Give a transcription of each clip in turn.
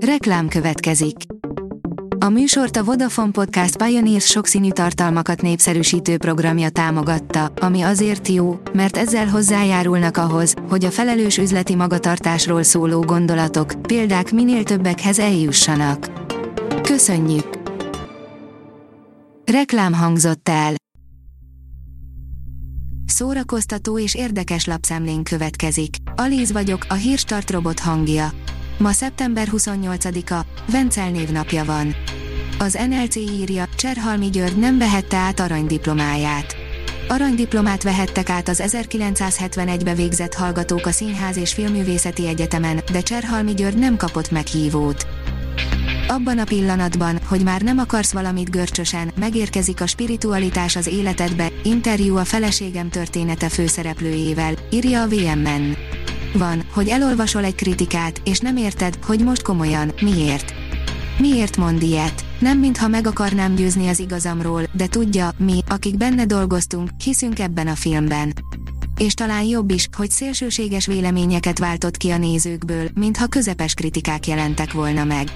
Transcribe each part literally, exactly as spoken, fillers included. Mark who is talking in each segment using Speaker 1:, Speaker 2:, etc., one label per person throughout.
Speaker 1: Reklám következik. A műsort a Vodafone Podcast Pioneers sokszínű tartalmakat népszerűsítő programja támogatta, ami azért jó, mert ezzel hozzájárulnak ahhoz, hogy a felelős üzleti magatartásról szóló gondolatok, példák minél többekhez eljussanak. Köszönjük! Reklám hangzott el. Szórakoztató és érdekes lapszemlén következik. Alíz vagyok, a Hírstart robot hangja. Ma szeptember huszonnyolcadika, Vencel névnapja van. Az en el cé írja, Cserhalmi György nem vehette át aranydiplomáját. Aranydiplomát vehettek át az ezerkilencszázhetvenegybe végzett hallgatók a Színház és Filmművészeti Egyetemen, de Cserhalmi György nem kapott meghívót. Abban a pillanatban, hogy már nem akarsz valamit görcsösen, megérkezik a spiritualitás az életedbe. Interjú a feleségem története főszereplőjével, írja a vé em en. Van, hogy elolvasol egy kritikát, és nem érted, hogy most komolyan, miért. Miért mond ilyet? Nem mintha meg akarnám győzni az igazamról, de tudja, mi, akik benne dolgoztunk, hiszünk ebben a filmben. És talán jobb is, hogy szélsőséges véleményeket váltott ki a nézőkből, mintha közepes kritikák jelentek volna meg.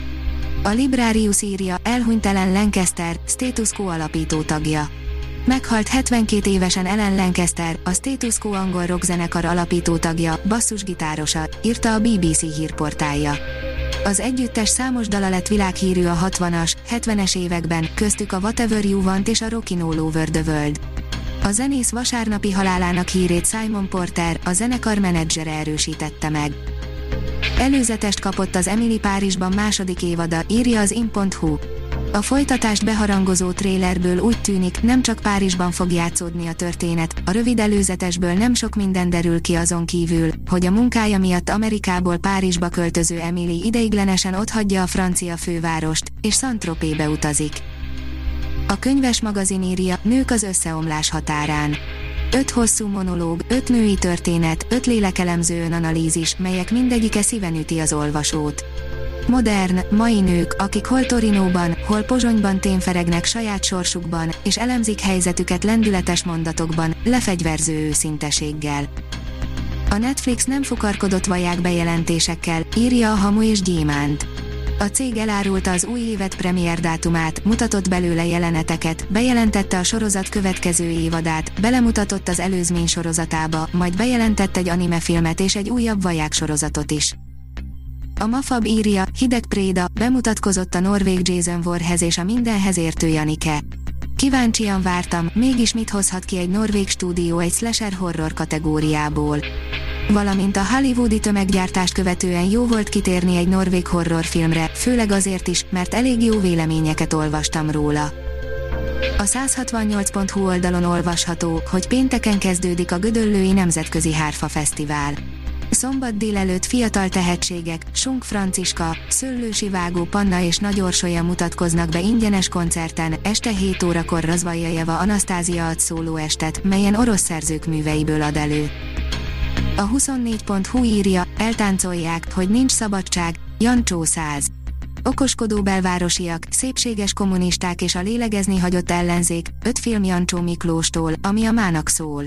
Speaker 1: A Librarius írja, elhunyt Ellen Lancaster, Status Quo alapító tagja. Meghalt hetvenkét évesen Ellen Lancaster, a Status Quo angol rockzenekar alapító tagja, basszusgitárosa, írta a bé bé cé hírportálja. Az együttes számos dala lett világhírű a hatvanas, hetvenes években, köztük a Whatever You Want és a Rockin' All Over the World. A zenész vasárnapi halálának hírét Simon Porter, a zenekar menedzsere erősítette meg. Előzetest kapott az Emily Párizsban második évada, írja az in pont hu. A folytatást beharangozó trélerből úgy tűnik, nem csak Párizsban fog játszódni a történet, a rövid előzetesből nem sok minden derül ki azon kívül, hogy a munkája miatt Amerikából Párizsba költöző Emily ideiglenesen otthagyja a francia fővárost, és Saint-Tropezbe utazik. A könyves magazin írja, nők az összeomlás határán. Öt hosszú monológ, öt női történet, öt lélekelemző önanalízis, melyek mindegyike szíven üti az olvasót. Modern, mai nők, akik hol Torinóban, hol Pozsonyban témferegnek saját sorsukban, és elemzik helyzetüket lendületes mondatokban, lefegyverző őszinteséggel. A Netflix nem fukarkodott vaják bejelentésekkel, írja a Hamu és Gyémánt. A cég elárulta az új évad premier dátumát, mutatott belőle jeleneteket, bejelentette a sorozat következő évadát, belemutatott az előzmény sorozatába, majd bejelentett egy animefilmet és egy újabb vaják sorozatot is. A Mafab írja, hideg préda, bemutatkozott a norvég Jason Voorhees és a mindenhez értő Janike. Kíváncsian vártam, mégis mit hozhat ki egy norvég stúdió egy slasher horror kategóriából. Valamint a hollywoodi tömeggyártást követően jó volt kitérni egy norvég horrorfilmre, főleg azért is, mert elég jó véleményeket olvastam róla. A száz hatvannyolc pont hu oldalon olvasható, hogy pénteken kezdődik a Gödöllői Nemzetközi Hárfa Fesztivál. Szombat délelőtt fiatal tehetségek, Sunk Franciska, Szöllősi Vágó Panna és Nagy Orsolya mutatkoznak be ingyenes koncerten, este hét órakor Razvaljajeva Anasztázia ad szólóestet, melyen orosz szerzők műveiből ad elő. A huszonnégy pont hu írja, eltáncolják, hogy nincs szabadság, Jancsó száz. Okoskodó belvárosiak, szépséges kommunisták és a lélegezni hagyott ellenzék, öt film Jancsó Miklóstól, ami a mának szól.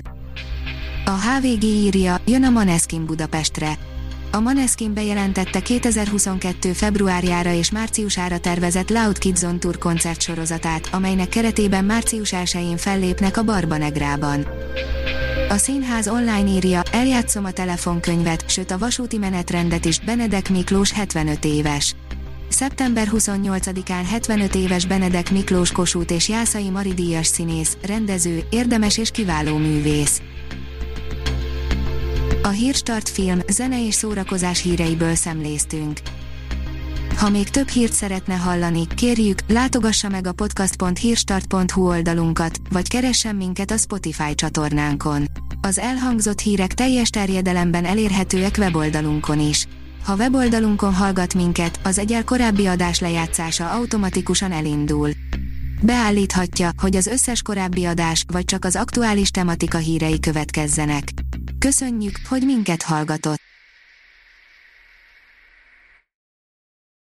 Speaker 1: A há vé gé írja, jön a Måneskin Budapestre. A Måneskin bejelentette kétezer-huszonkettő februárjára és márciusára tervezett Loud Kids on Tour koncertsorozatát, amelynek keretében március elsején fellépnek a Barba Negrában. A Színház online írja, eljátszom a telefonkönyvet, sőt a vasúti menetrendet is, Benedek Miklós hetvenöt éves. szeptember huszonnyolcadikán hetvenöt éves Benedek Miklós Kossuth és Jászai Mari díjas színész, rendező, érdemes és kiváló művész. A Hírstart film, zene és szórakozás híreiből szemléztünk. Ha még több hírt szeretne hallani, kérjük, látogassa meg a podcast pont hírstart pont hu oldalunkat, vagy keressen minket a Spotify csatornánkon. Az elhangzott hírek teljes terjedelemben elérhetőek weboldalunkon is. Ha weboldalunkon hallgat minket, az egyel korábbi adás lejátszása automatikusan elindul. Beállíthatja, hogy az összes korábbi adás, vagy csak az aktuális tematika hírei következzenek. Köszönjük, hogy minket hallgatott!